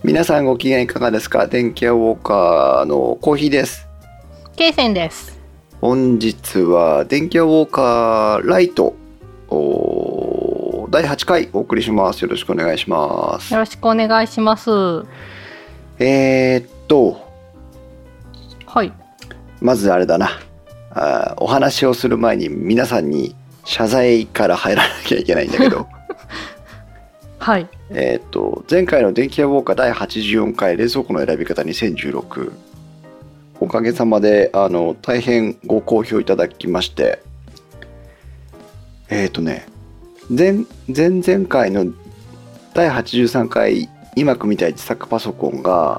皆さんご機嫌いかがですか？電気屋ウォーカーのコーヒーです。 ケイセンです。 本日は電気屋ウォーカーライト第8回お送りします。よろしくお願いします。 よろしくお願いします。はい。 まずあれだな、お話をする前に皆さんに謝罪から入らなきゃいけないんだけどはい。 前回の電気屋ウォーカー第84回冷蔵庫の選び方2016、おかげさまで大変ご好評いただきまして、前々回の第83回今組みたい自作パソコンが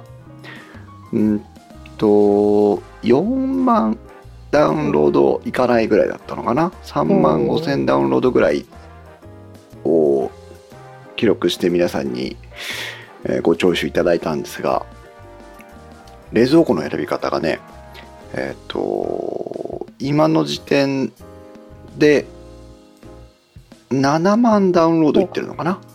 4万ダウンロードいかないぐらいだったのかな。3万5千ダウンロードぐらいを記録して皆さんにご聴取いただいたんですが、冷蔵庫の選び方がね、今の時点で7万ダウンロードいってるのかな。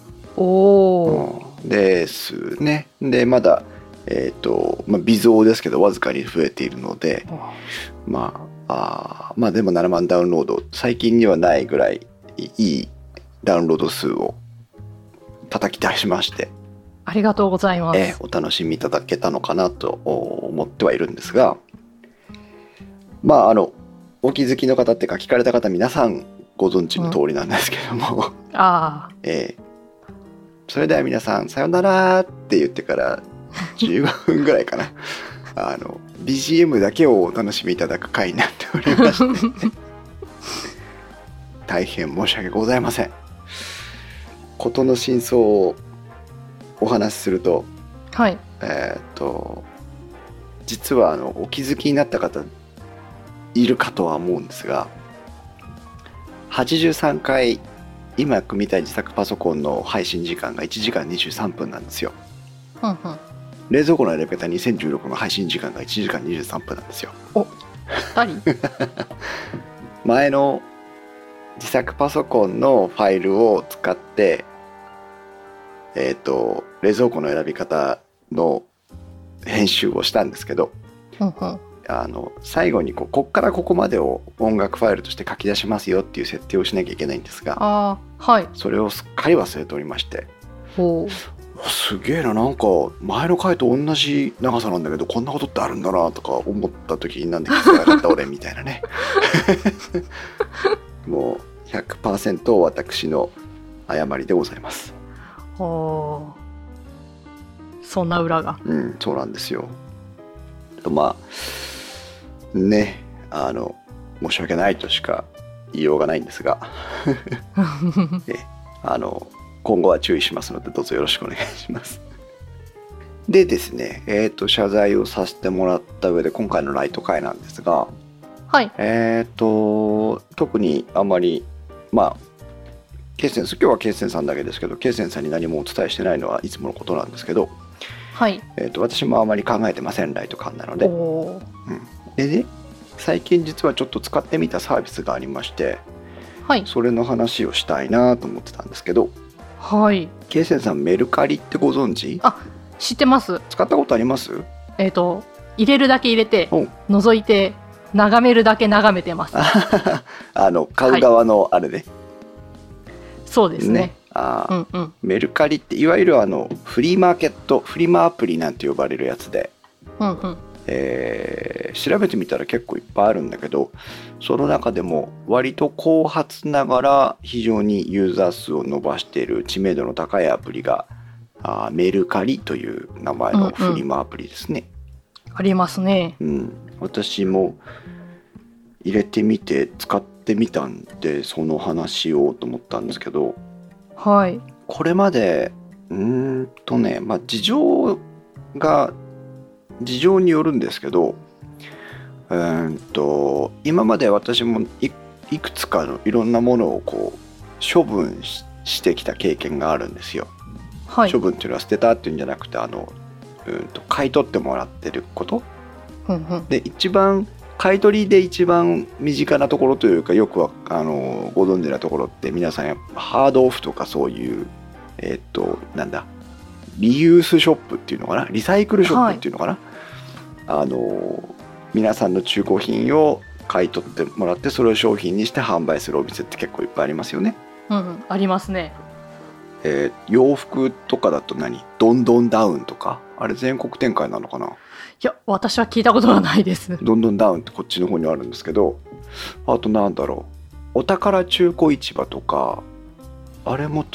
ですね。でまだ微増ですけどわずかに増えているので、まあでも7万ダウンロード、最近にはないぐらいいいダウンロード数を叩き出しまして、 ありがとうございます。 お楽しみいただけたのかなと思ってはいるんですが、お気づきの方っていうか聞かれた方皆さんご存知の通りなんですけども、それでは皆さんさよならって言ってから15分ぐらいかなBGM だけをお楽しみいただく回になっておりまして大変申し訳ございません。事の真相をお話しすると、 はい。 実はお気づきになった方いるかとは思うんですが、83回今組みたい自作パソコンの配信時間が1時間23分なんですよ。冷蔵庫の選び方2016の配信時間が1時間23分なんですよ。前の自作パソコンのファイルを使って冷蔵庫の選び方の編集をしたんですけど、最後にこっからここまでを音楽ファイルとして書き出しますよっていう設定をしなきゃいけないんですが、それをすっかり忘れておりまして、すげえな、なんか前の回と同じ長さなんだけどこんなことってあるんだなとか思った時になんで気づかなかった俺みたいなねもう 100% 私の誤りでございます。 そんな裏が。 そうなんですよ。申し訳ないとしか言いようがないんですが今後は注意しますのでどうぞよろしくお願いしますでですね、謝罪をさせてもらった上で今回のライト会なんですが、 はい。 特にあまりケイセン、今日はケイセンさんだけですけど、ケイセンさんに何もお伝えしてないのはいつものことなんですけど、 はい。 私もあまり考えてません、ライト感なので。でね、最近実はちょっと使ってみたサービスがありまして、それの話をしたいなと思ってたんですけど、ケイセンさんメルカリってご存知？ 知ってます。 使ったことあります？ 入れるだけ入れて覗いて眺めるだけ眺めてます買う側のあれで、 そうですね。 メルカリっていわゆるフリーマーケット、フリマアプリなんて呼ばれるやつで、調べてみたら結構いっぱいあるんだけど、その中でも割と後発ながら非常にユーザー数を伸ばしている知名度の高いアプリがメルカリという名前のフリマアプリですね。 ありますね。 私も入れてみて使ってみたんでその話をと思ったんですけど、これまで事情によるんですけど、今まで私もいくつかのいろんなものを処分してきた経験があるんですよ。処分っていうのは捨てたっていうんじゃなくて買い取ってもらってること、で買い取りで一番身近なところというかよくはご存知なところって皆さんやっぱハードオフとかそういうリユースショップっていうのかな、リサイクルショップっていうのかな、皆さんの中古品を買い取ってもらってそれを商品にして販売するお店って結構いっぱいありますよね。 ありますね。 洋服とかだとどんどんダウンとか、あれ全国展開なのかな。いや、私は聞いたことがないです。 どんどんダウンってこっちの方にあるんですけど、あとお宝中古市場とか、あれも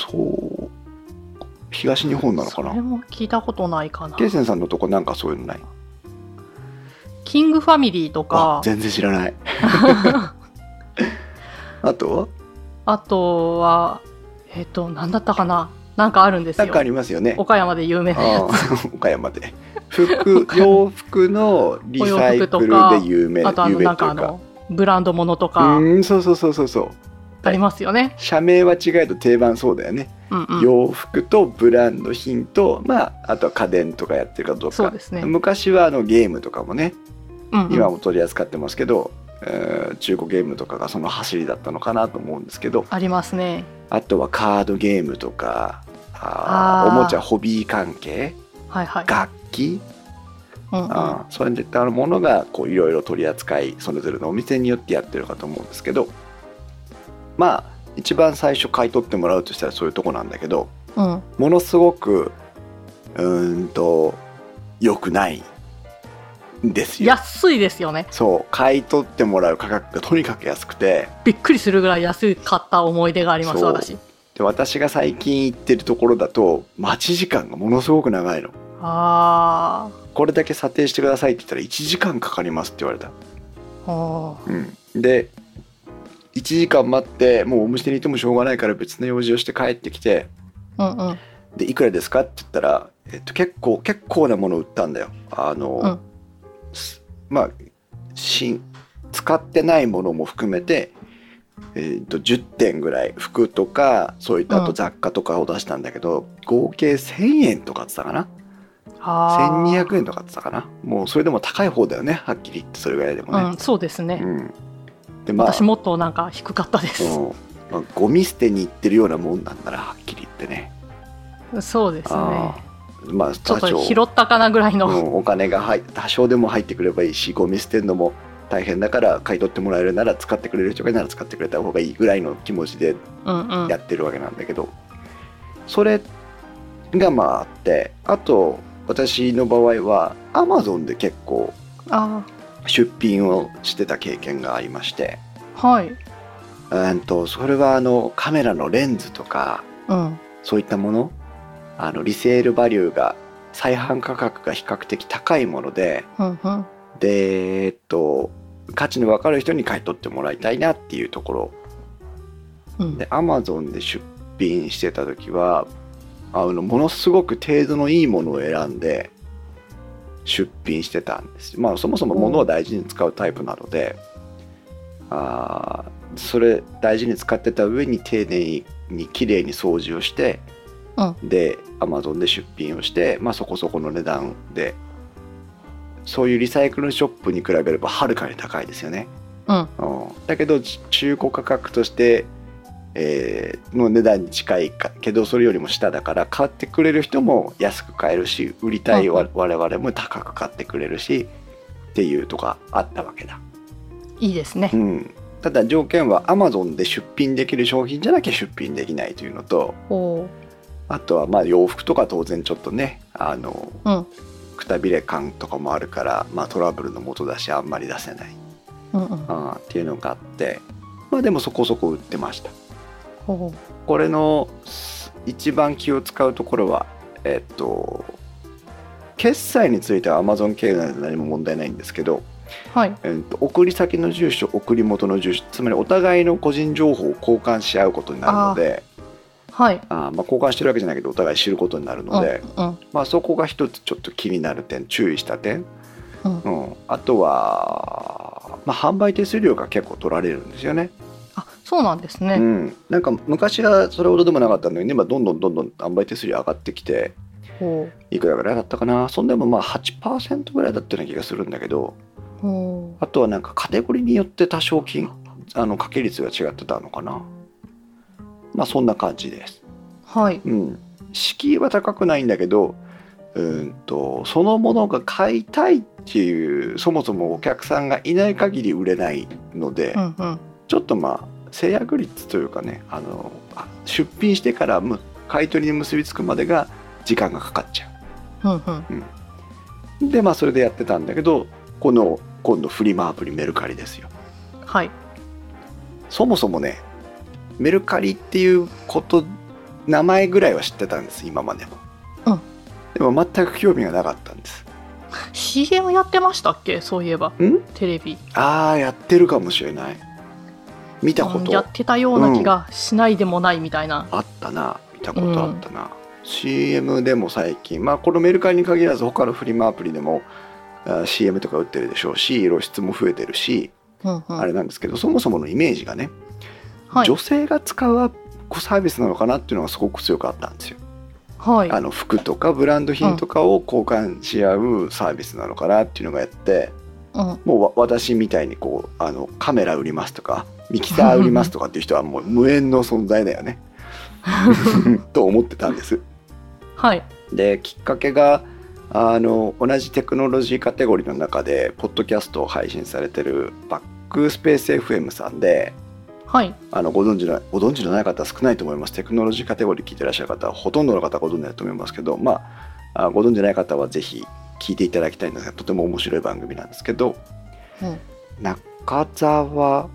東日本なのかな。 それも聞いたことないかな。 ケイセンさんのとこなんかそういうのない？ キングファミリーとか。 全然知らない。あとは何だったかな、なんかあるんですよ。 なんかありますよね。 岡山で有名なやつ。 岡山で洋服のリサイクルで有名。あとなんかブランドものとか。 そうありますよね。 社名は違えど定番そうだよね。洋服とブランド品と、あとは家電とかやってるかどうか。 そうですね。 昔はゲームとかもね、今も取り扱ってますけど、中古ゲームとかがその走りだったのかなと思うんですけど。 ありますね。 あとはカードゲームとか、おもちゃホビー関係、楽器、そういったものがいろいろ取り扱い、それぞれのお店によってやってるかと思うんですけど、一番最初買い取ってもらうとしたらそういうとこなんだけど、ものすごく良くないんですよ。 安いですよね。 そう、買い取ってもらう価格がとにかく安くてびっくりするぐらい安かった思い出があります。 私が最近行ってるところだと待ち時間がものすごく長いの。これだけ査定してくださいって言ったら1時間かかりますって言われた。で1時間待って、もうお店にいてもしょうがないから別の用事をして帰ってきて、でいくらですかって言ったら、結構なものを売ったんだよ。使ってないものも含めて、10点ぐらい服とかそういったあと雑貨とかを出したんだけど、合計1000円とかって言ったかな、1200円とかって言ったかな。もうそれでも高い方だよね、はっきり言って。それぐらいでもね。 そうですね。で私もっとなんか低かったです。 ゴミ捨てに行ってるようなもんなんだな、はっきり言ってね。 そうですね。ちょっと拾ったかなぐらいの、 お金が多少でも入ってくればいいし、ゴミ捨てるのも大変だから買い取ってもらえるなら、使ってくれる人がいるなら使ってくれた方がいいぐらいの気持ちでやってるわけなんだけど、それがあって、あと私の場合は Amazon で結構出品をしてた経験がありまして、それはカメラのレンズとか、そういったもの、リセールバリューが、再販価格が比較的高いもので、で価値の分かる人に買い取ってもらいたいなっていうところ、で Amazon で出品してた時はものすごく程度のいいものを選んで出品してたんです。そもそも物を大事に使うタイプなので、それ大事に使ってた上に丁寧に綺麗に掃除をして、で Amazon で出品をして、そこそこの値段で、そういうリサイクルショップに比べればはるかに高いですよね。だけど中古価格として、の値段に近いけど、それよりも下だから買ってくれる人も安く買えるし、売りたい我々も高く買ってくれるしっていうとかあったわけだ。 いいですね。 ただ条件は Amazon で出品できる商品じゃなきゃ出品できないというのと、あとは洋服とか当然ちょっとね、くたびれ感とかもあるから、トラブルの元だしあんまり出せない、っていうのがあって、でもそこそこ売ってました。これの一番気を使うところは、決済については Amazon 経由なので何も問題ないんですけど、送り先の住所、送り元の住所、つまりお互いの個人情報を交換し合うことになるので、交換してるわけじゃないけどお互い知ることになるので、そこが一つちょっと気になる点、注意した点、あとは、販売手数料が結構取られるんですよね。 そうなんですね。 なんか昔はそれほどでもなかったのに、今どんどん販売手数料上がってきて、いくらぐらいだったかな、そんでも8% ぐらいだったような気がするんだけど、あとはなんかカテゴリーによって多少掛け率が違ってたのかな。そんな感じです。 敷居は高くないんだけど、そのものが買いたいっていうそもそもお客さんがいない限り売れないので、 うんうん、 ちょっと制約率というかね、出品してから買い取りに結びつくまでが時間がかかっちゃう、 うんうん、でそれでやってたんだけど、今度フリマアプリメルカリですよ。 はい。 そもそもね、メルカリっていう名前ぐらいは知ってたんです、今までも。でも全く興味がなかったんです。 CM やってましたっけ、そういえばテレビ。 やってるかもしれない。見たこと、 やってたような気がしないでもないみたいな、 あったな、見たことあったな、CM でも最近、このメルカリに限らず他のフリマアプリでもCM とか売ってるでしょうし、露出も増えてるし、あれなんですけど、そもそものイメージがね、女性が使うサービスなのかなっていうのがすごく強くあったんですよ。はい、服とかブランド品とかを交換し合うサービスなのかなっていうのがやって、もう私みたいにカメラ売りますとかミキサー売りますとかっていう人はもう無縁の存在だよねと思ってたんです。はい、できっかけが同じテクノロジーカテゴリーの中でポッドキャストを配信されてるバックスペース FM さんで、はい、ご存知のない方は少ないと思います。テクノロジーカテゴリー聞いてらっしゃる方はほとんどの方はご存知だと思いますけど、ご存知ない方はぜひ聞いていただきたいんですが、とても面白い番組なんですけど、中澤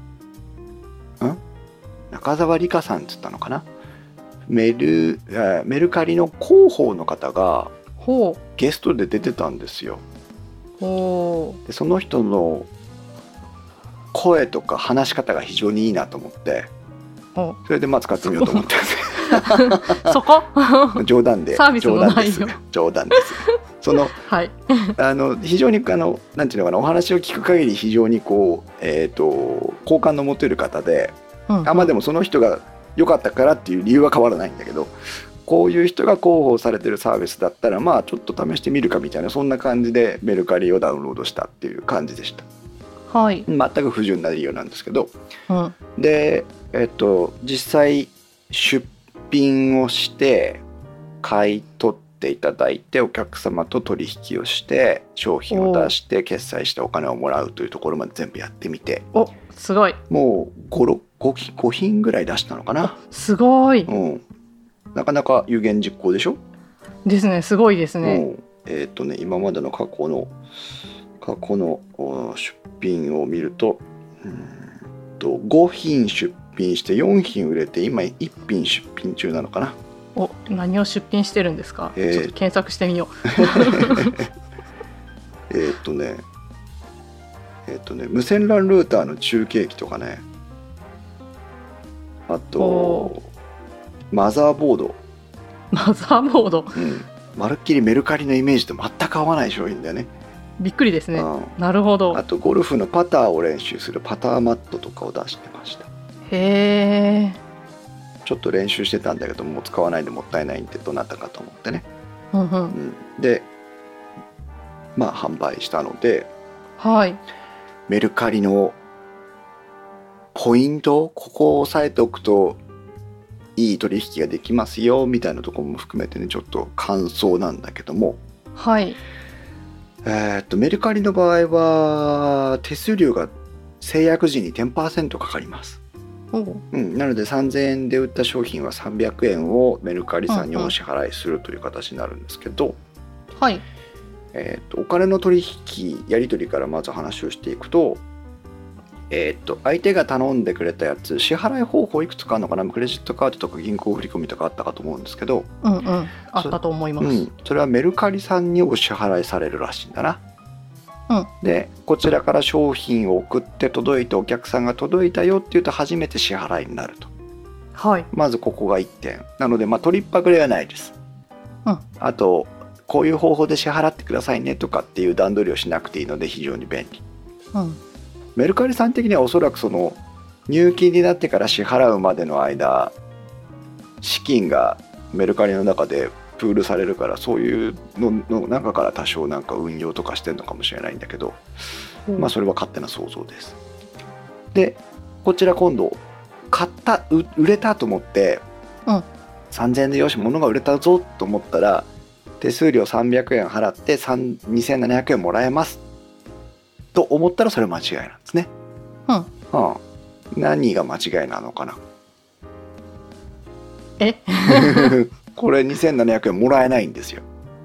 理香さんって言ったのかな、メルカリの広報の方がゲストで出てたんですよ。でその人の声とか話し方が非常にいいなと思って、それで使ってみようと思ってますそこ冗談で、サービスの内容、冗談ですはい、非常になんていうのかな、お話を聞く限り非常に好感の持てる方で、でもその人が良かったからっていう理由は変わらないんだけど、こういう人が広報されてるサービスだったらちょっと試してみるかみたいな、そんな感じでメルカリをダウンロードしたっていう感じでした。はい、全く不純な理由なんですけど、で、実際出品をして買い取っていただいて、お客様と取引をして商品を出して決済してお金をもらうというところまで全部やってみて、すごい、もう5品ぐらい出したのかな。すごい、なかなか有言実行でしょ。ですね、すごいですね。今までの過去の出品を見ると、5品出品して4品売れて、今1品出品中なのかな。何を出品してるんですか。ちょっと検索してみよう無線 LAN ルーターの中継機とかね、あとマザーボード、まるっきりメルカリのイメージと全く合わない商品だよね。びっくりですね、なるほど。あとゴルフのパターを練習するパターマットとかを出してました。へえ。ちょっと練習してたんだけど、もう使わないでもったいないんでどなたかと思ってね、で販売したので、はい、メルカリのポイント、ここを押さえておくといい取引ができますよみたいなところも含めてね、ちょっと感想なんだけども、はい、メルカリの場合は手数料が制約時に 10% かかります。なので3000円で売った商品は300円をメルカリさんにお支払いするという形になるんですけど、はい、お金の取引やり取りからまず話をしていくと、相手が頼んでくれたやつ、支払い方法いくつかあるのかな、クレジットカードとか銀行振込とかあったかと思うんですけど、あったと思います。それはメルカリさんにお支払いされるらしいんだな。でこちらから商品を送って届いて、お客さんが届いたよっていうと初めて支払いになると。はい、まずここが1点なので、取りっぱぐれはないです。あとこういう方法で支払ってくださいねとかっていう段取りをしなくていいので非常に便利。メルカリさん的にはおそらくその入金になってから支払うまでの間、資金がメルカリの中でプールされるから、そういうの中から多少なんか運用とかしてるのかもしれないんだけど、それは勝手な想像です。でこちら今度売れたと思って、 3000円でよし物が売れたぞと思ったら手数料300円払って2700円もらえますと思ったらそれは間違いなんですね。何が間違いなのかな。これ2700円もらえないんですよ。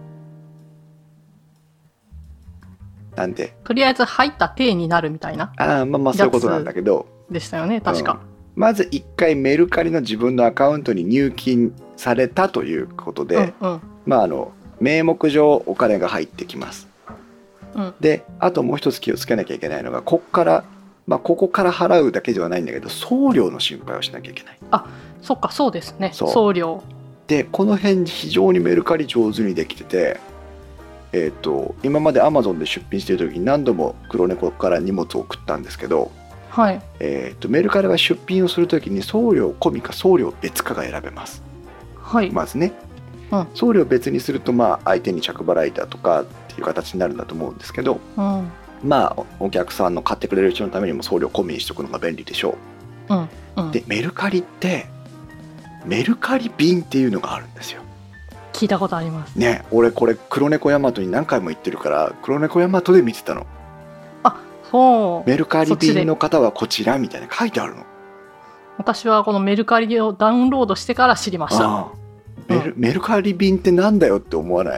なんでとりあえず入った体になるみたいな。 まあそういうことなんだけどでしたよね確か。 まず1回メルカリの自分のアカウントに入金されたということで、名目上お金が入ってきます。であともう一つ気をつけなきゃいけないのがここから払うだけではないんだけど送料の心配をしなきゃいけない。 そっかそうですね。送料でこの辺非常にメルカリ上手にできてて、今まで Amazon で出品している時に何度も黒猫から荷物を送ったんですけど、メルカリは出品をする時に送料込みか送料別かが選べます。まずね、送料別にすると相手に着払いだとかっていう形になるんだと思うんですけど、お客さんの買ってくれる人のためにも送料込みにしとくのが便利でしょう。でメルカリってメルカリ便っていうのがあるんですよ。 聞いたことありますね。俺これ黒猫ヤマトに何回も行ってるから黒猫ヤマトで見てたの。メルカリ便の方はこちらみたいな書いてあるの。私はこのメルカリをダウンロードしてから知りました。 メルカリ便ってなんだよって思わない？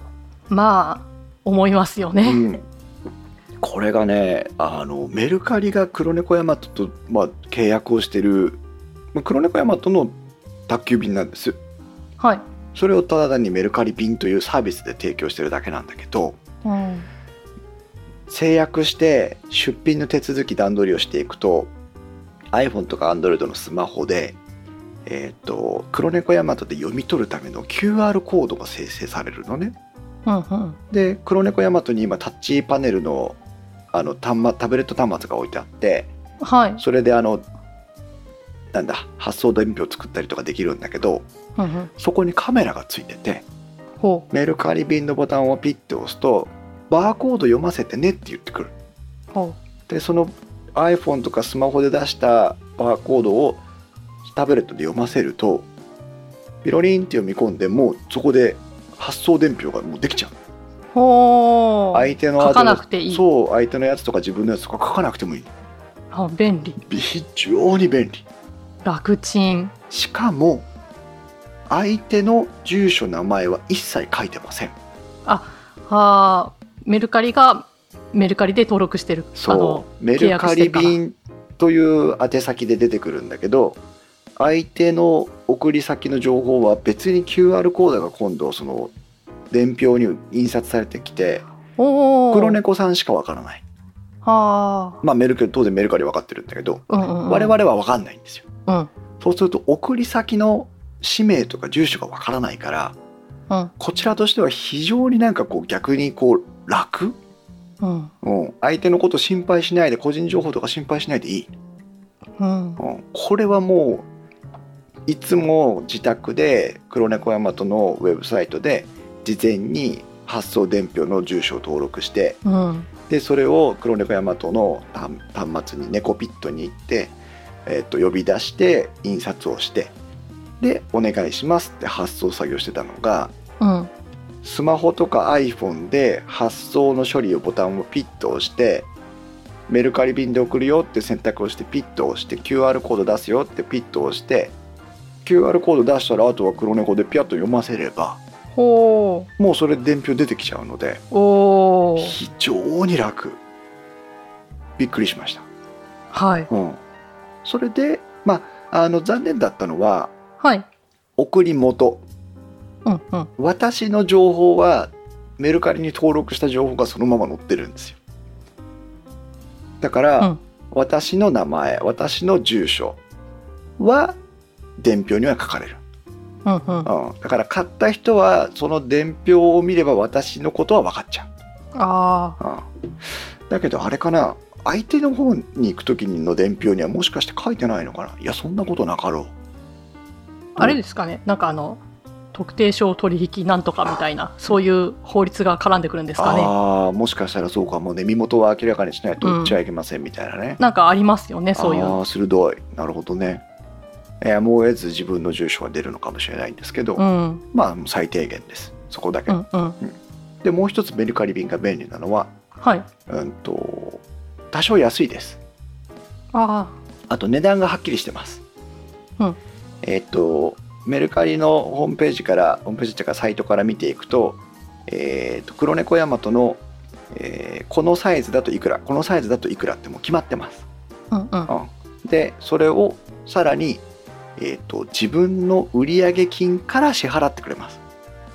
思いますよね。 これがねメルカリが黒猫ヤマトと、契約をしてる黒猫ヤマトの宅急便なんです。それをただ単にメルカリ便というサービスで提供してるだけなんだけど、制約して出品の手続き段取りをしていくと iPhone とか Android のスマホで、黒猫ヤマトで読み取るための QR コードが生成されるのね。で黒猫ヤマトに今タッチパネルのタブレット端末が置いてあって、それで発送伝票を作ったりとかできるんだけど、そこにカメラがついててメルカリ便のボタンをピッて押すとバーコード読ませてねって言ってくる。でその iPhone とかスマホで出したバーコードをタブレットで読ませるとピロリンって読み込んでもうそこで発送伝票がもうできちゃう。相手の書かなくていい。 相手のやつとか自分のやつとか書かなくてもいい。 便利。 非常に便利。 楽ちん。 しかも相手の住所名前は一切書いてません。 メルカリがメルカリで登録してる。 メルカリ便という宛先で出てくるんだけど相手の送り先の情報は別に QR コードが今度その伝票に印刷されてきて黒猫さんしかわからない。当然メルカリ分かってるんだけど、我々は分かんないんですよ。そうすると送り先の氏名とか住所が分からないから、こちらとしては非常に逆に楽、相手のこと心配しないで個人情報とか心配しないでいい、これはもういつも自宅で黒猫ヤマトのウェブサイトで事前に発送伝票の住所を登録して、でそれを黒猫ヤマトの端末にネコピットに行って、呼び出して印刷をしてでお願いしますって発送作業してたのが、スマホとか iPhone で発送の処理をボタンをピッと押してメルカリ便で送るよって選択をしてピッと押して QR コード出すよってピッと押して QR コード出したらあとは黒猫でピャッと読ませればもうそれで伝票出てきちゃうので非常に楽。びっくりしました。それで残念だったのは、送り元、私の情報はメルカリに登録した情報がそのまま載ってるんですよ。だから、私の名前私の住所は伝票には書かれる。だから買った人はその伝票を見れば私のことは分かっちゃう。だけどあれかな、相手の方に行く時の伝票にはもしかして書いてないのかな。いやそんなことなかろう。 あれですかね、特定商取引なんとかみたいなそういう法律が絡んでくるんですかね。 もしかしたらそうかもね。身元は明らかにしないと売っちゃいけませんみたいなね、 ありますよねそういう。 鋭い。なるほどね。 やむを得ず自分の住所が出るのかもしれないんですけど、まあ最低限です。そこだけ。でもう一つメルカリ便が便利なのは、多少安いです。あと値段がはっきりしてます。メルカリのホームページというかサイトから見ていくと、黒猫ヤマトの、このサイズだといくら、このサイズだといくらってもう決まってます。でそれをさらに、自分の売上金から支払ってくれます。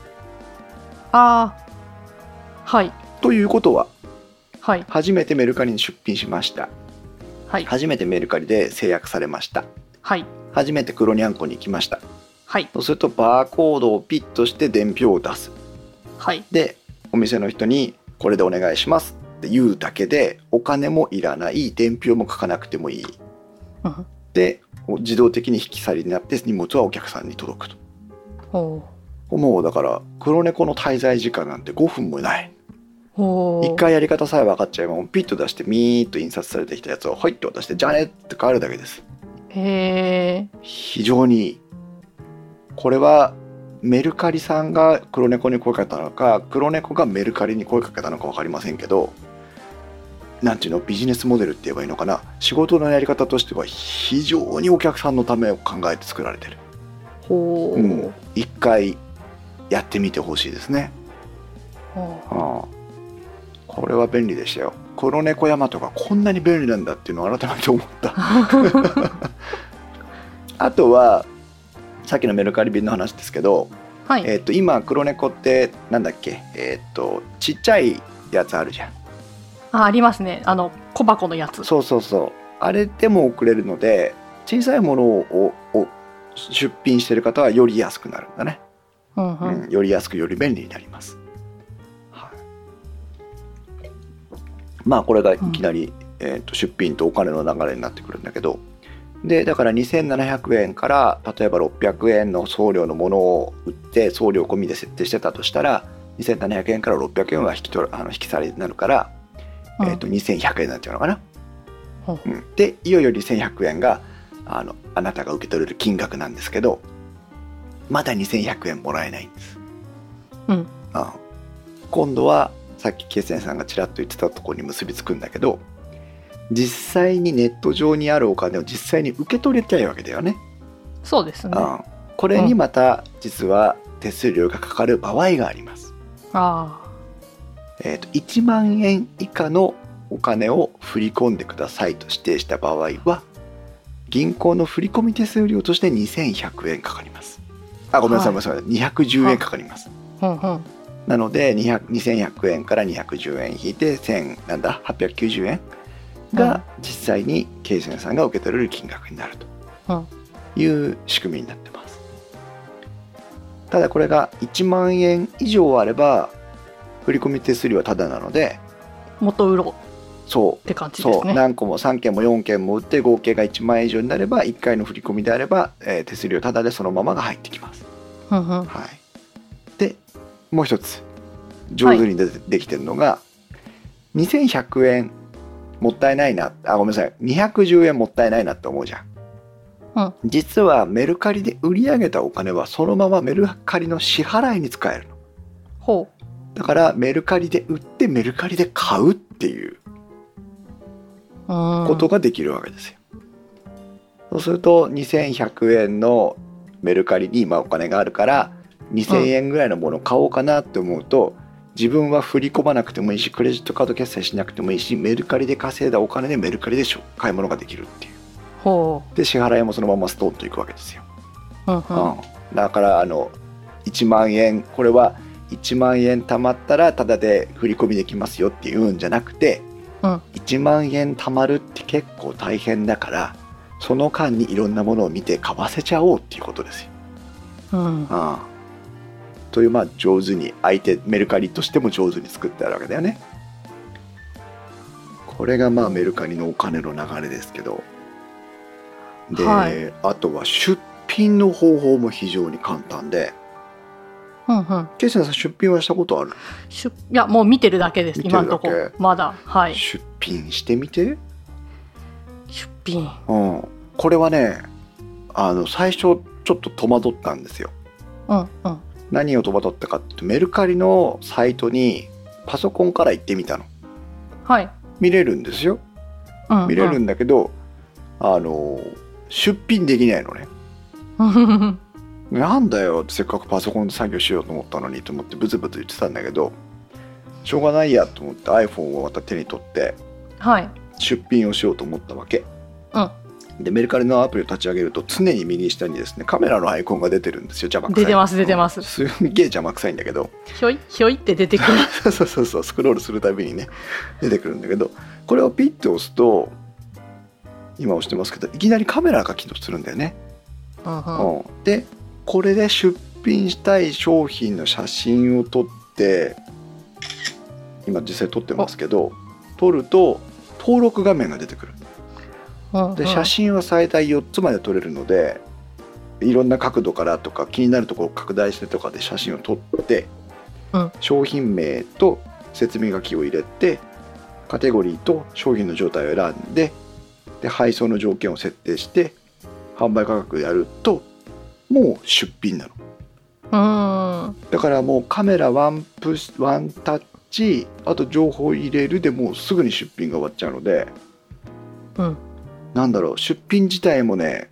ということは、初めてメルカリに出品しました。初めてメルカリで制約されました。初めて黒にゃんこに行きました。そうするとバーコードをピッとして伝票を出す。でお店の人にこれでお願いしますって言うだけで、お金もいらない、伝票も書かなくてもいい。で自動的に引き去りになって荷物はお客さんに届くと。もうだから黒猫の滞在時間なんて5分もない。一回やり方さえ分かっちゃえばピッと出してミーッと印刷されてきたやつをはいって渡してじゃあねって帰るだけです。非常にいい。これはメルカリさんが黒猫に声かけたのか、黒猫がメルカリに声かけたのか分かりませんけど、なんていうの、ビジネスモデルって言えばいいのかな、仕事のやり方としては非常にお客さんのためを考えて作られてる。一回やってみてほしいですね。これは便利でしたよ。黒猫ヤマトがこんなに便利なんだっていうのを改めて思ったあとはさっきのメルカリ便の話ですけど、今黒猫ってなんだっけ、ちっちゃいやつあるじゃん。 ありますね。小箱のやつ。 そうあれでも送れるので、小さいものを出品してる方はより安くなるんだね。より安くより便利になります。まあこれがいきなり、出品とお金の流れになってくるんだけど、でだから2700円から例えば600円の送料のものを売って送料込みで設定してたとしたら、2700円から600円は引き去りになるから、2100円になっちゃうのかな。でいよいよ2100円があなたが受け取れる金額なんですけど、まだ2100円もらえないんです。今度はさっきケイセンさんがちらっと言ってたところに結びつくんだけど、実際にネット上にあるお金を実際に受け取れちゃうわけだよね。 そうですね。 これにまた実は手数料がかかる場合があります。1万円以下のお金を振り込んでくださいと指定した場合は、銀行の振込手数料として2100円かかります。ごめんなさい、210円かかります。なので2100円から210円引いて890円が実際にケイセンさんが受け取れる金額になるという仕組みになってます。ただこれが1万円以上あれば振込手数料はタダなので、 もっと売ろうって感じですね。 何個も3件も4件も売って合計が1万円以上になれば、1回の振り込みであれば、手数料タダでそのままが入ってきます。でもう一つ上手にできてるのが、2100円もったいないな、ごめんなさい、210円もったいないなって思うじゃん。実はメルカリで売り上げたお金はそのままメルカリの支払いに使えるの。だからメルカリで売ってメルカリで買うっていうことができるわけですよ。そうすると2100円のメルカリに今お金があるから2000円ぐらいのものを買おうかなって思うと、自分は振り込まなくてもいいし、クレジットカード決済しなくてもいいし、メルカリで稼いだお金でメルカリで買い物ができるっていう。で支払いもそのままストンといくわけですよ。だから1万円、これは1万円貯まったらタダで振り込みできますよっていうんじゃなくて、1万円貯まるって結構大変だから、その間にいろんなものを見て買わせちゃおうっていうことですよ。という上手にメルカリとしても上手に作ってあるわけだよね。これがメルカリのお金の流れですけど、で、あとは出品の方法も非常に簡単で、ケイセンさん出品はしたことある？ いやもう見てるだけです。今のところまだ。 出品してみて。 出品、 これはね最初ちょっと戸惑ったんですよ。 うんうん。 何を戸惑ったかっていうと、メルカリのサイトにパソコンから行ってみたの。 はい。 見れるんですよ。 うんうん、 見れるんだけど、出品できないのね。なんだよ、せっかくパソコンで作業しようと思ったのにと思ってブツブツ言ってたんだけど、しょうがないやと思って iPhone をまた手に取ってはい。 出品をしようと思ったわけ。 うん。 でメルカリのアプリを立ち上げると常に右下にですね、カメラのアイコンが出てるんですよ。邪魔くさい。 出てます出てます。 すんげえ邪魔くさいんだけど、 ひょいひょいって出てくる。 そうスクロールするたびにね出てくるんだけど、これをピッと押すと、今押してますけど、いきなりカメラが起動するんだよね。 うんうん、 でこれで出品したい商品の写真を撮って、今実際撮ってますけど、撮ると登録画面が出てくる。で写真は最大4つまで撮れるので、いろんな角度からとか気になるところを拡大してとかで写真を撮って、 うん、 商品名と説明書きを入れて、カテゴリーと商品の状態を選んで、で配送の条件を設定して販売価格やるともう出品なの。だからもうカメラワンタッチ、あと情報入れるでもうすぐに出品が終わっちゃうので、 うん、 なんだろう、出品自体もね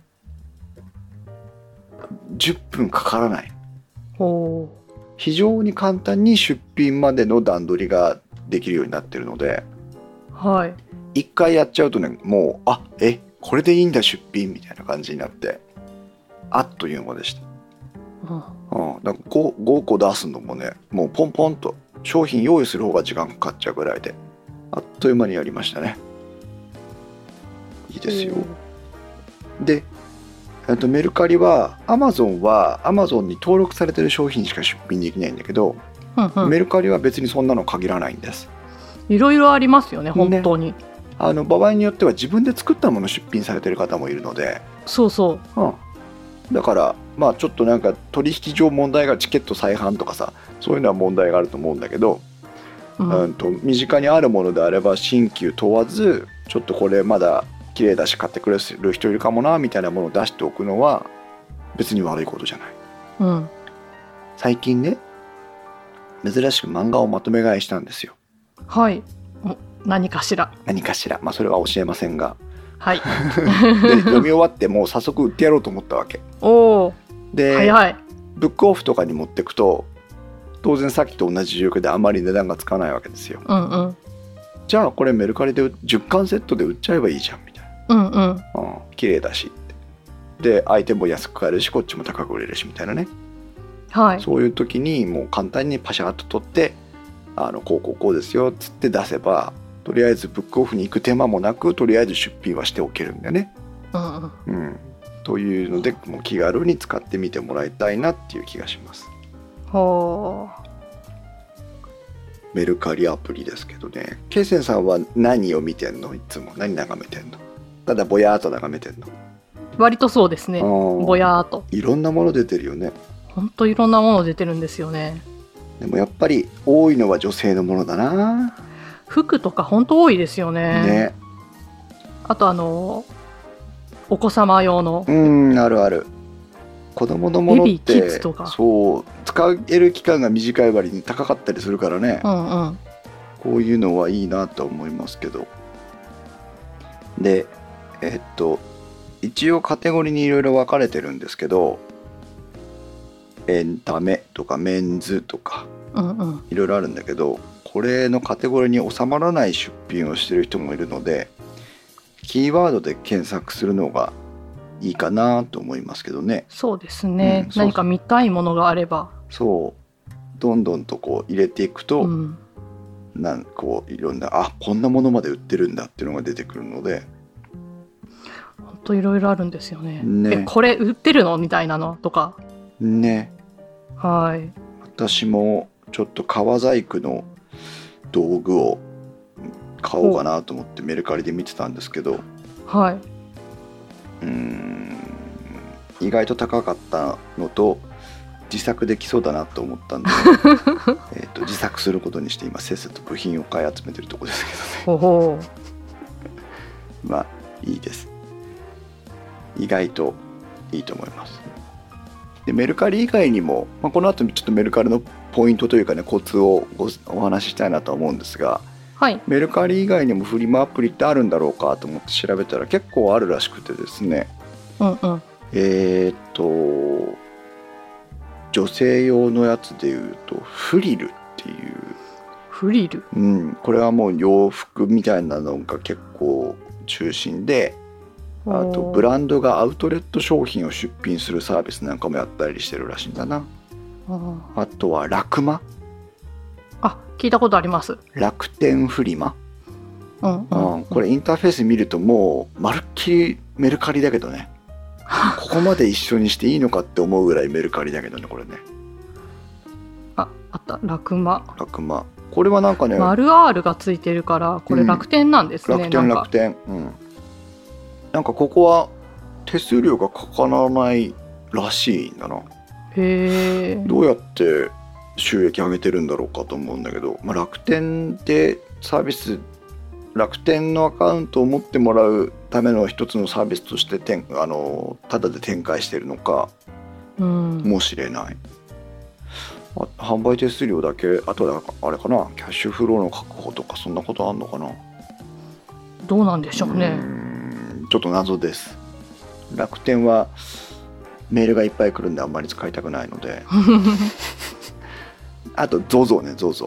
10分かからない。非常に簡単に出品までの段取りができるようになってるので、 はい、 一回やっちゃうとね、もうこれでいいんだ出品みたいな感じになって、あっという間でした。だから 5個出すのもね、もうポンポンと商品用意する方が時間かかっちゃうぐらいで、あっという間にやりましたね。いいですよ。で、メルカリは Amazon に登録されてる商品しか出品できないんだけど、メルカリは別にそんなの限らないんです。 いろいろありますよね、本当に。 場合によっては自分で作ったものを出品されてる方もいるので、 そうそう、 だからまあちょっとなんか取引上問題が、チケット再販とかさ、そういうのは問題があると思うんだけど、身近にあるものであれば新旧問わず、ちょっとこれまだ綺麗だし買ってくれる人いるかもなみたいなものを出しておくのは別に悪いことじゃない。最近ね、珍しく漫画をまとめ買いしたんですよ。 はい。何かしら。 まあそれは教えませんが、 はい。 で読み終わってもう早速売ってやろうと思ったわけ。で、 早い。 ブックオフとかに持ってくと当然さっきと同じ状況であまり値段がつかないわけですよ。じゃあこれメルカリで10巻セットで売っちゃえばいいじゃんみたいな。綺麗だしって。で相手も安く買えるしこっちも高く売れるしみたいなね。そういう時にもう簡単にパシャッと取って、こうですよっつって出せば、とりあえずブックオフに行く手間もなく、とりあえず出品はしておけるんだよね。というので、もう気軽に使ってみてもらいたいなっていう気がします。メルカリアプリですけどね。ケイセンさんは何を見てんの？いつも何眺めてんの？ただぼやーっと眺めてんの？ 割とそうですね。ぼやーっと。 いろんなもの出てるよね。 ほんといろんなもの出てるんですよね。 でもやっぱり多いのは女性のものだな。 服とかほんと多いですよね。あとお子様用の。 あるある。子供のものってベビーキッズとか、 そう使える期間が短い割に高かったりするからね。こういうのはいいなと思いますけど。で一応カテゴリーにいろいろ分かれてるんですけど、エンタメとかメンズとかいろいろあるんだけど、これのカテゴリーに収まらない出品をしてる人もいるので、キーワードで検索するのがいいかなと思いますけどね。 そうですね、何か見たいものがあればどんどんとこう入れていくと、こういろんなこんなものまで売ってるんだっていうのが出てくるので、 ほんといろいろあるんですよね。これ売ってるのみたいなのとかね。私もちょっと革細工の道具を買おうかなと思ってメルカリで見てたんですけど、意外と高かったのと、自作できそうだなと思ったんで自作することにして今せっせと部品を買い集めてるところですけどね。まあいいです。意外といいと思います。でメルカリ以外にも、この後ちょっとメルカリのポイントというかね、コツをお話ししたいなと思うんですが、 はい。 メルカリ以外にもフリマアプリってあるんだろうかと思って調べたら結構あるらしくてですね、 うんうん。 女性用のやつでいうとフリルっていう、 フリル。 これはもう洋服みたいなのが結構中心で、あとブランドがアウトレット商品を出品するサービスなんかもやったりしてるらしいんだな。あとはラクマ、 聞いたことあります。 楽天フリマ、 ここれインターフェース見るともうまるっきりメルカリだけどねここまで一緒にしていいのかって思うぐらいメルカリだけどね、これね。 あった。ラクマ。 これはなんかね、 丸 R がついてるからこれ楽天なんですね。 楽天、なんかここは手数料がかからないらしいんだな。 へえ。 どうやって収益上げてるんだろうかと思うんだけど、楽天でサービス、楽天のアカウントを持ってもらうための一つのサービスとしてタダで展開してるのかもしれない。販売手数料だけ、あとはあれかな、キャッシュフローの確保とかそんなことあんのかな。 どうなんでしょうね。 ちょっと謎です。楽天はメールがいっぱい来るんであんまり使いたくないのであと ZOZO ね、ZOZO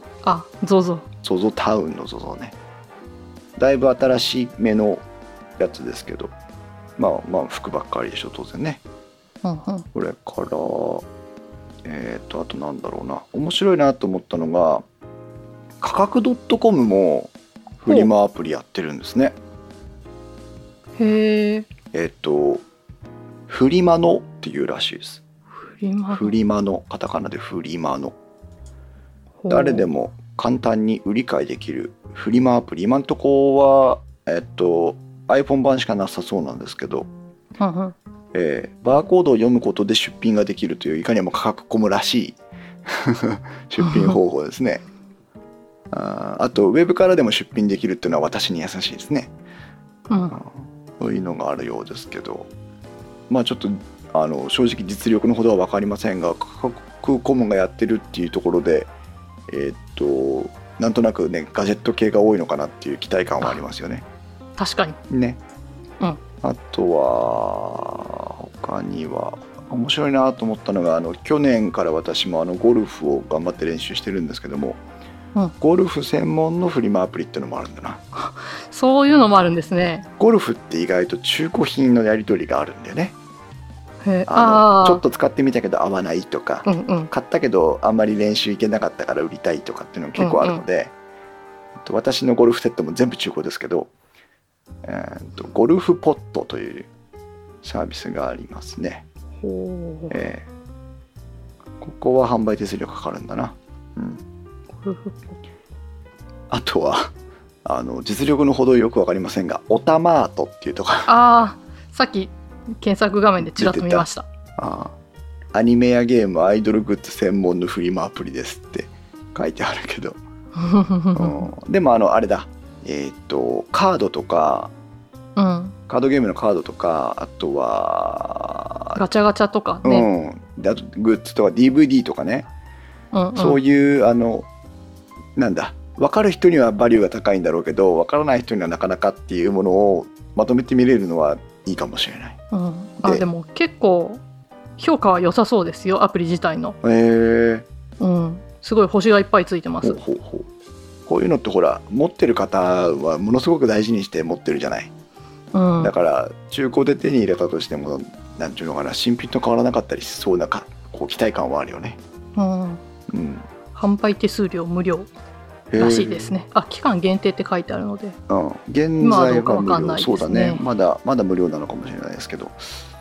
タウンの ZOZO ね、だいぶ新しい目のやつですけど、服ばっかりでしょ当然ね。これからあとなんだろうな、面白いなと思ったのが価格 .com もフリマアプリやってるんですね。 へえ。 フリマノっていうらしいです。 フリマノ、 カタカナでフリマノ。誰でも簡単に売り買いできるフリマアプリ、今のところはiPhone 版しかなさそうなんですけど、バーコードを読むことで出品ができるという、いかにも価格コムらしい出品方法ですね。あとウェブからでも出品できるっていうのは私に優しいですね。そういうのがあるようですけど、ちょっと正直実力のほどは分かりませんが、価格コムがやってるっていうところでなんとなくねガジェット系が多いのかなっていう期待感はありますよね。 確かにね。あとは他には面白いなと思ったのが、去年から私もゴルフを頑張って練習してるんですけども、ゴルフ専門のフリマアプリっていうのもあるんだな。 そういうのもあるんですね。 ゴルフって意外と中古品のやり取りがあるんだよね。ちょっと使ってみたけど合わないとか、買ったけどあんまり練習行けなかったから売りたいとかっていうのが結構あるので、私のゴルフセットも全部中古ですけど、ゴルフポットというサービスがありますね。ここは販売手数料かかるんだな。あとは実力のほどよく分かりませんが、オタマートっていうところ、 さっき検索画面でちらっと見ました。 アニメやゲーム、アイドルグッズ専門のフリマアプリですって書いてあるけどでもあれだ、カードとか、カードゲームのカードとか、あとはガチャガチャとかね、 であとグッズとか DVD とかね、そういうなんだ、分かる人にはバリューが高いんだろうけど、分からない人にはなかなかっていうものをまとめて見れるのはいいかもしれない。 でも結構評価は良さそうですよ、アプリ自体の。すごい星がいっぱいついてます。 こういうのってほら、持ってる方はものすごく大事にして持ってるじゃない。だから中古で手に入れたとしても、なんていうのかな、新品と変わらなかったりしそうなこう期待感はあるよね。販売手数料無料らしいですね。期間限定って書いてあるので、 現在は無料、そうだね、まだ無料なのかもしれないですけど、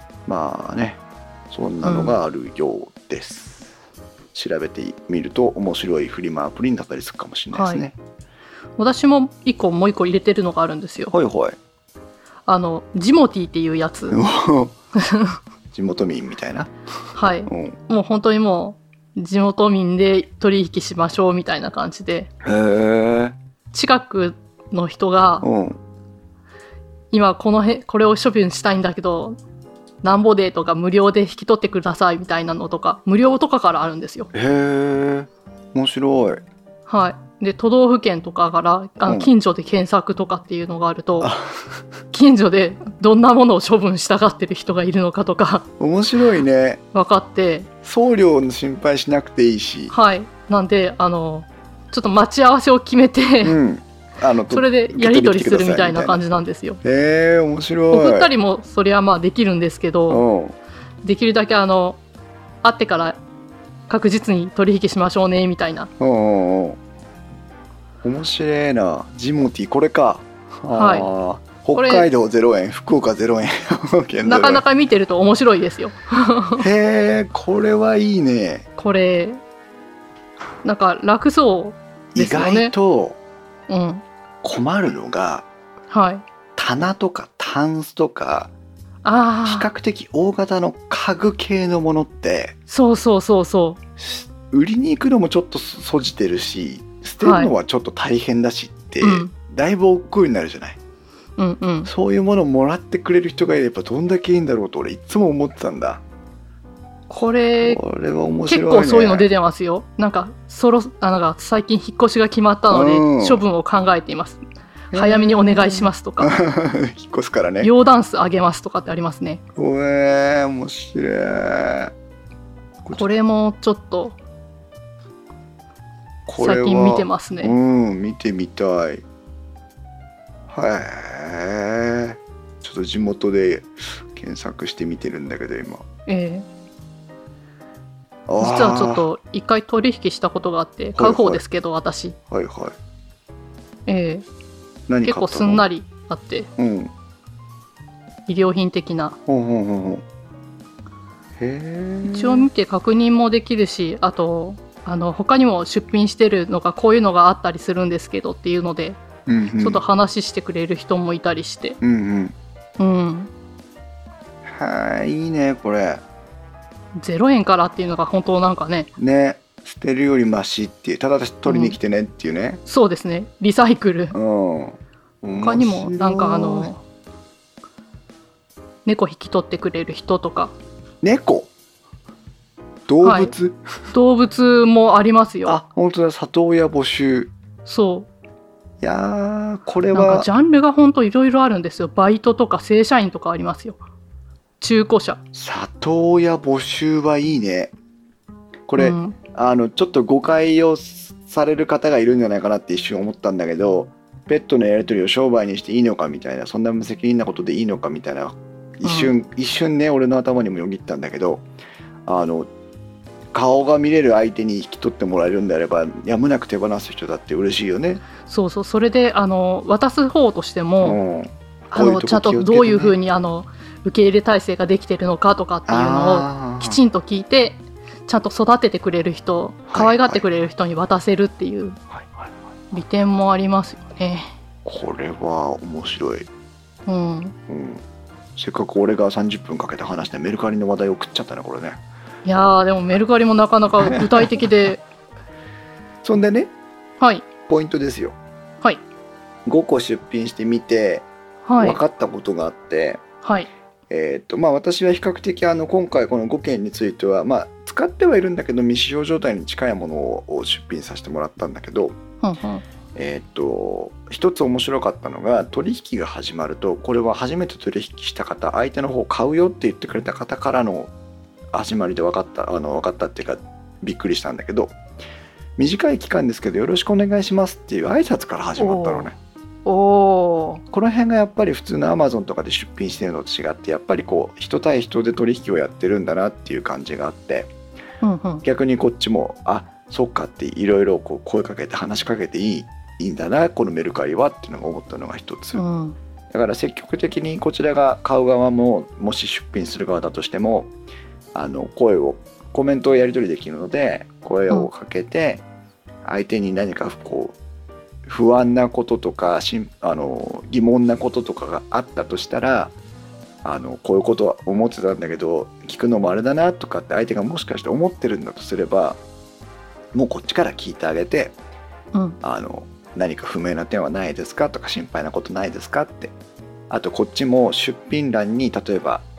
そんなのがあるようです。調べてみると面白いフリマアプリになったりするかもしれないですね。 私ももう一個入れてるのがあるんですよ。ジモティっていうやつ地元民みたいな。 もう本当にもう地元民で取引しましょうみたいな感じで、近くの人が、今これを処分したいんだけどなんぼでとか無料で引き取ってくださいみたいなのとか無料とかからあるんですよ。 へえ、面白い。 はい。で都道府県とかから近所で検索とかっていうのがあると、近所でどんなものを処分したがってる人がいるのかとか面白いね。 分かって、 送料の心配しなくていいし。 はい。なんでちょっと待ち合わせを決めて、それでやり取りするみたいな感じなんですよ。 へえ、面白い。 送ったりもそれはまあできるんですけど、できるだけ会ってから確実に取引しましょうねみたいな。 面白いな。ジモティーこれか。 はい。 北海道0円、福岡0円なかなか見てると面白いですよ。 へえ、これはいいね。 これなんか楽そうですよね。 意外とうん、 困るのが、 はい、 棚とかタンスとか比較的大型の家具系のものって、売りに行くのもちょっとそじてるし、捨てるのはちょっと大変だしって、だいぶ億劫になるじゃない。そういうものをもらってくれる人がいればどんだけいいんだろうと俺いつも思ってたんだ。 これは面白いね。 結構そういうの出てますよ。なんか最近引っ越しが決まったので、処分を考えています。早めにお願いしますとか引っ越すからね。 洋ダンスあげますとかってありますね。 面白い。 これもちょっと最近見てますね。 見てみたい。はい。ちょっと地元で検索してみてるんだけど今。 実はちょっと一回取引したことがあって、買う方ですけど、私。 はいはい。 結構すんなりあって、医療品的な。一応見て確認もできるし、あと他にも出品してるのがこういうのがあったりするんですけどっていうので、ちょっと話してくれる人もいたりして。 はい、いいねこれ。 0円からっていうのが本当なんかね。 捨てるよりマシっていう、ただ取りに来てねっていうね。 そうですね、リサイクル。他にもなんか猫引き取ってくれる人とか。 猫？動物？ 動物もありますよ。 本当だ、里親募集。 そう。 いやこれはなんかジャンルが本当いろいろあるんですよ。バイトとか正社員とかありますよ。中古車。 里親募集はいいね。これ、ちょっと誤解をされる方がいるんじゃないかなって一瞬思ったんだけど、ペットのやり取りを商売にしていいのかみたいな、そんな無責任なことでいいのかみたいな、一瞬ね、俺の頭にもよぎったんだけど、顔が見れる相手に引き取ってもらえるんであれば、やむなく手放す人だって嬉しいよね。 そうそう、それで渡す方としても、ちゃんとどういうふうに受け入れ体制ができてるのかとかっていうのをきちんと聞いて、ちゃんと育ててくれる人、可愛がってくれる人に渡せるっていう利点もありますよね。 これは面白い。せっかく俺が30分かけて話してメルカリの話題を食っちゃったねこれね。 いやでもメルカリもなかなか具体的でそんでね、 はいポイントですよ。 はい。 5個出品してみて、分かったことがあって、私は比較的今回この5件については、使ってはいるんだけど未使用状態に近いものを出品させてもらったんだけど、一つ面白かったのが、取引が始まると、これは初めて取引した方、相手の方買うよって言ってくれた方からの始まりで分かったっていうかびっくりしたんだけど、短い期間ですけどよろしくお願いしますっていう挨拶から始まったのね。この辺がやっぱり普通の Amazon とかで出品してるのと違って、やっぱりこう人対人で取引をやってるんだなっていう感じがあって、逆にこっちもそっかっていろいろ声かけて話しかけていいんだなこのメルカリはっていうのが思ったのが一つ、だから積極的にこちらが買う側ももし出品する側だとしてもコメントをやり取りできるので声をかけて、相手に何か不安なこととか疑問なこととかがあったとしたら、こういうことは思ってたんだけど聞くのもあれだなとかって相手がもしかして思ってるんだとすれば、もうこっちから聞いてあげて、何か不明な点はないですかとか心配なことないですかって、あとこっちも出品欄に例えば「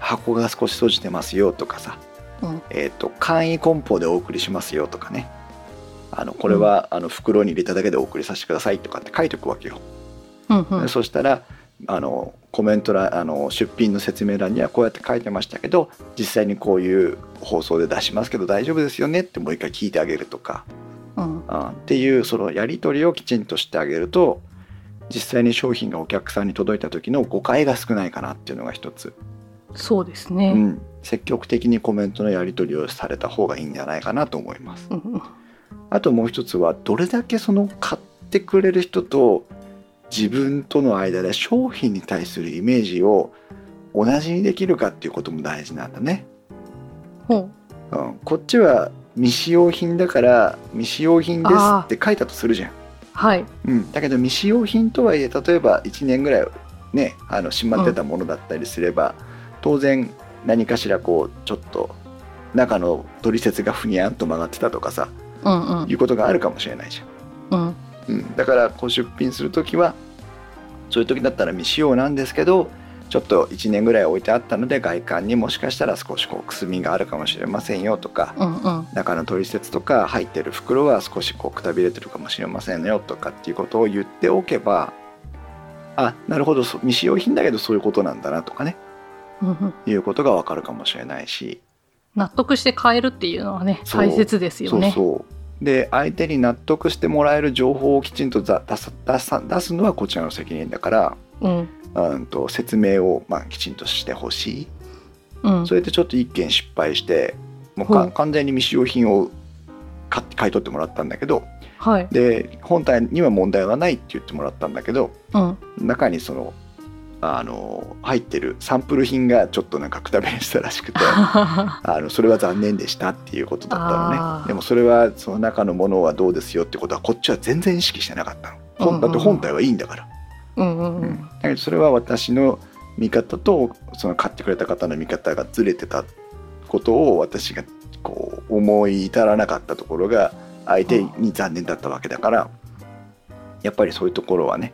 箱が少し閉じてますよとかさ、簡易梱包でお送りしますよとかね、これは袋に入れただけでお送りさせてくださいとかって書いておくわけよ。そしたらコメント欄出品の説明欄にはこうやって書いてましたけど、実際にこういう放送で出しますけど大丈夫ですよねってもう一回聞いてあげるとか、っていうそのやり取りをきちんとしてあげると、実際に商品がお客さんに届いた時の誤解が少ないかなっていうのが一つ。 そうですね、 積極的にコメントのやり取りをされた方がいいんじゃないかなと思います。あともう一つは、どれだけその買ってくれる人と自分との間で商品に対するイメージを同じにできるかっていうことも大事なんだね。こっちは未使用品だから未使用品ですって書いたとするじゃん。だけど未使用品とはいえ、例えば1年ぐらいねしまってたものだったりすれば、当然何かしらこうちょっと中の取説がふにゃんと曲がってたとかさ、いうことがあるかもしれないじゃん。だからこう出品するときは、そういう時だったら未使用なんですけどちょっと1年ぐらい置いてあったので外観にもしかしたら少しこうくすみがあるかもしれませんよとか、中の取説とか入ってる袋は少しこうくたびれてるかもしれませんよとかっていうことを言っておけば、あ、なるほど未使用品だけどそういうことなんだなとかね、いうことがわかるかもしれないし、 納得して買えるっていうのはね大切ですよね。 で相手に納得してもらえる情報をきちんと出すのはこちらの責任だから、説明をきちんとしてほしい。それでちょっと一件失敗してもう完全に未使用品を買い取ってもらったんだけど、で本体には問題はないって言ってもらったんだけど、中にその入ってるサンプル品がちょっとなんかくたびれしたらしくてそれは残念でしたっていうことだったのね。でもそれはその中のものはどうですよってことはこっちは全然意識してなかったの。だって本体はいいんだから。だけどそれは私の見方とその買ってくれた方の見方がずれてたことを私がこう思い至らなかったところが相手に残念だったわけだから、やっぱりそういうところはね、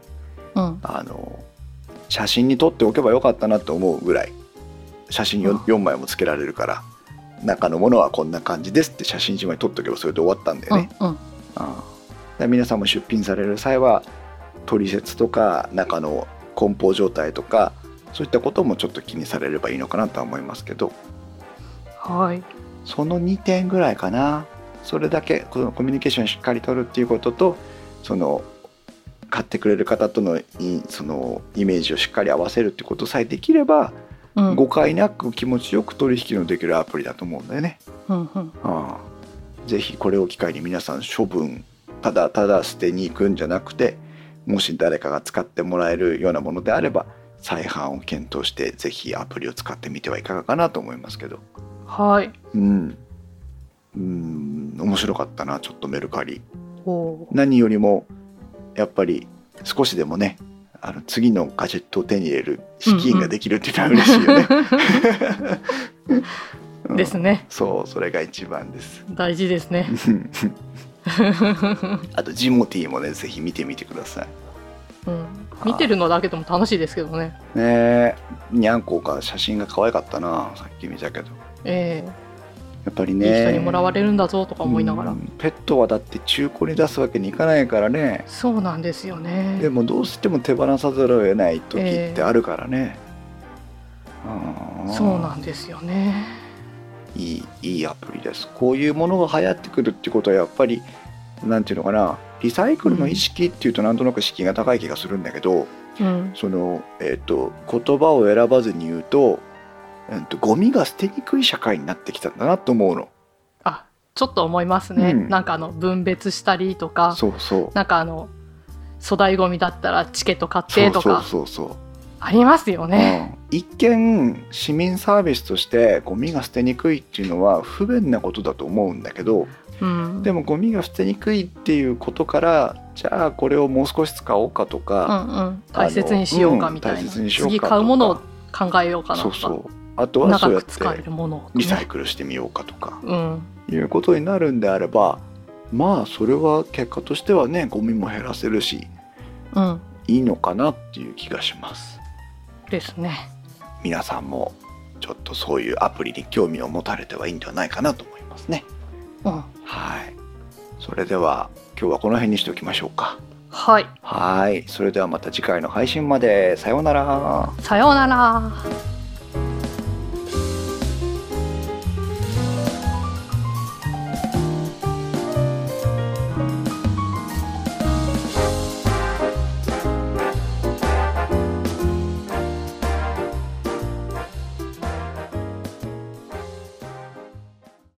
写真に撮っておけばよかったなと思うぐらい、写真 4枚もつけられるから、中のものはこんな感じですって写真1枚撮っておけばそれで終わったんだよね。皆さんも出品される際は取説とか中の梱包状態とかそういったこともちょっと気にされればいいのかなとは思いますけど、その2点ぐらいかな。それだけこのコミュニケーションしっかり取るっていうことと、その買ってくれる方とのそのイメージをしっかり合わせるってことさえできれば、誤解なく気持ちよく取引のできるアプリだと思うんだよね。ぜひこれを機会に皆さん処分ただただ捨てに行くんじゃなくて、もし誰かが使ってもらえるようなものであれば再販を検討してぜひアプリを使ってみてはいかがかなと思いますけど。面白かったな、ちょっとメルカリ。何よりもやっぱり少しでもね、次のガジェットを手に入れる資金ができるっていうのは嬉しいよね。 ですね。 それが一番です。 大事ですね。 あとジモティーもね、ぜひ見てみてください。 見てるのだけでも楽しいですけどね。 にゃんこが写真が可愛かったな、さっき見たけど。やっぱりね、 いい人にもらわれるんだぞとか思いながら。 ペットはだって中古に出すわけにいかないからね。 そうなんですよね。 でもどうしても手放さざるを得ない時ってあるからね。 そうなんですよね。 いいアプリです。こういうものが流行ってくるってことはやっぱりなんていうのかな、リサイクルの意識っていうとなんとなく敷居が高い気がするんだけど、その言葉を選ばずに言うと、ゴミが捨てにくい社会になってきたんだなと思うの。 ちょっと思いますね。なんか分別したりとか、なんか粗大ゴミだったらチケット買ってとかありますよね。 一見市民サービスとしてゴミが捨てにくいっていうのは不便なことだと思うんだけど、でもゴミが捨てにくいっていうことから、じゃあこれをもう少し使おうかとか、 大切にしようかみたいな、次買うものを考えようかなとか、 あとはそうやって長く使えるものをリサイクルしてみようかとか、いうことになるんであれば、それは結果としてはね、ゴミも減らせるし、いいのかなっていう気がします。 ですね。 皆さんもちょっとそういうアプリに興味を持たれてはいいんではないかなと思いますね。 うん、 はい。それでは今日はこの辺にしておきましょうか。 はい。 はい。それではまた次回の配信まで。さようなら。 さようなら。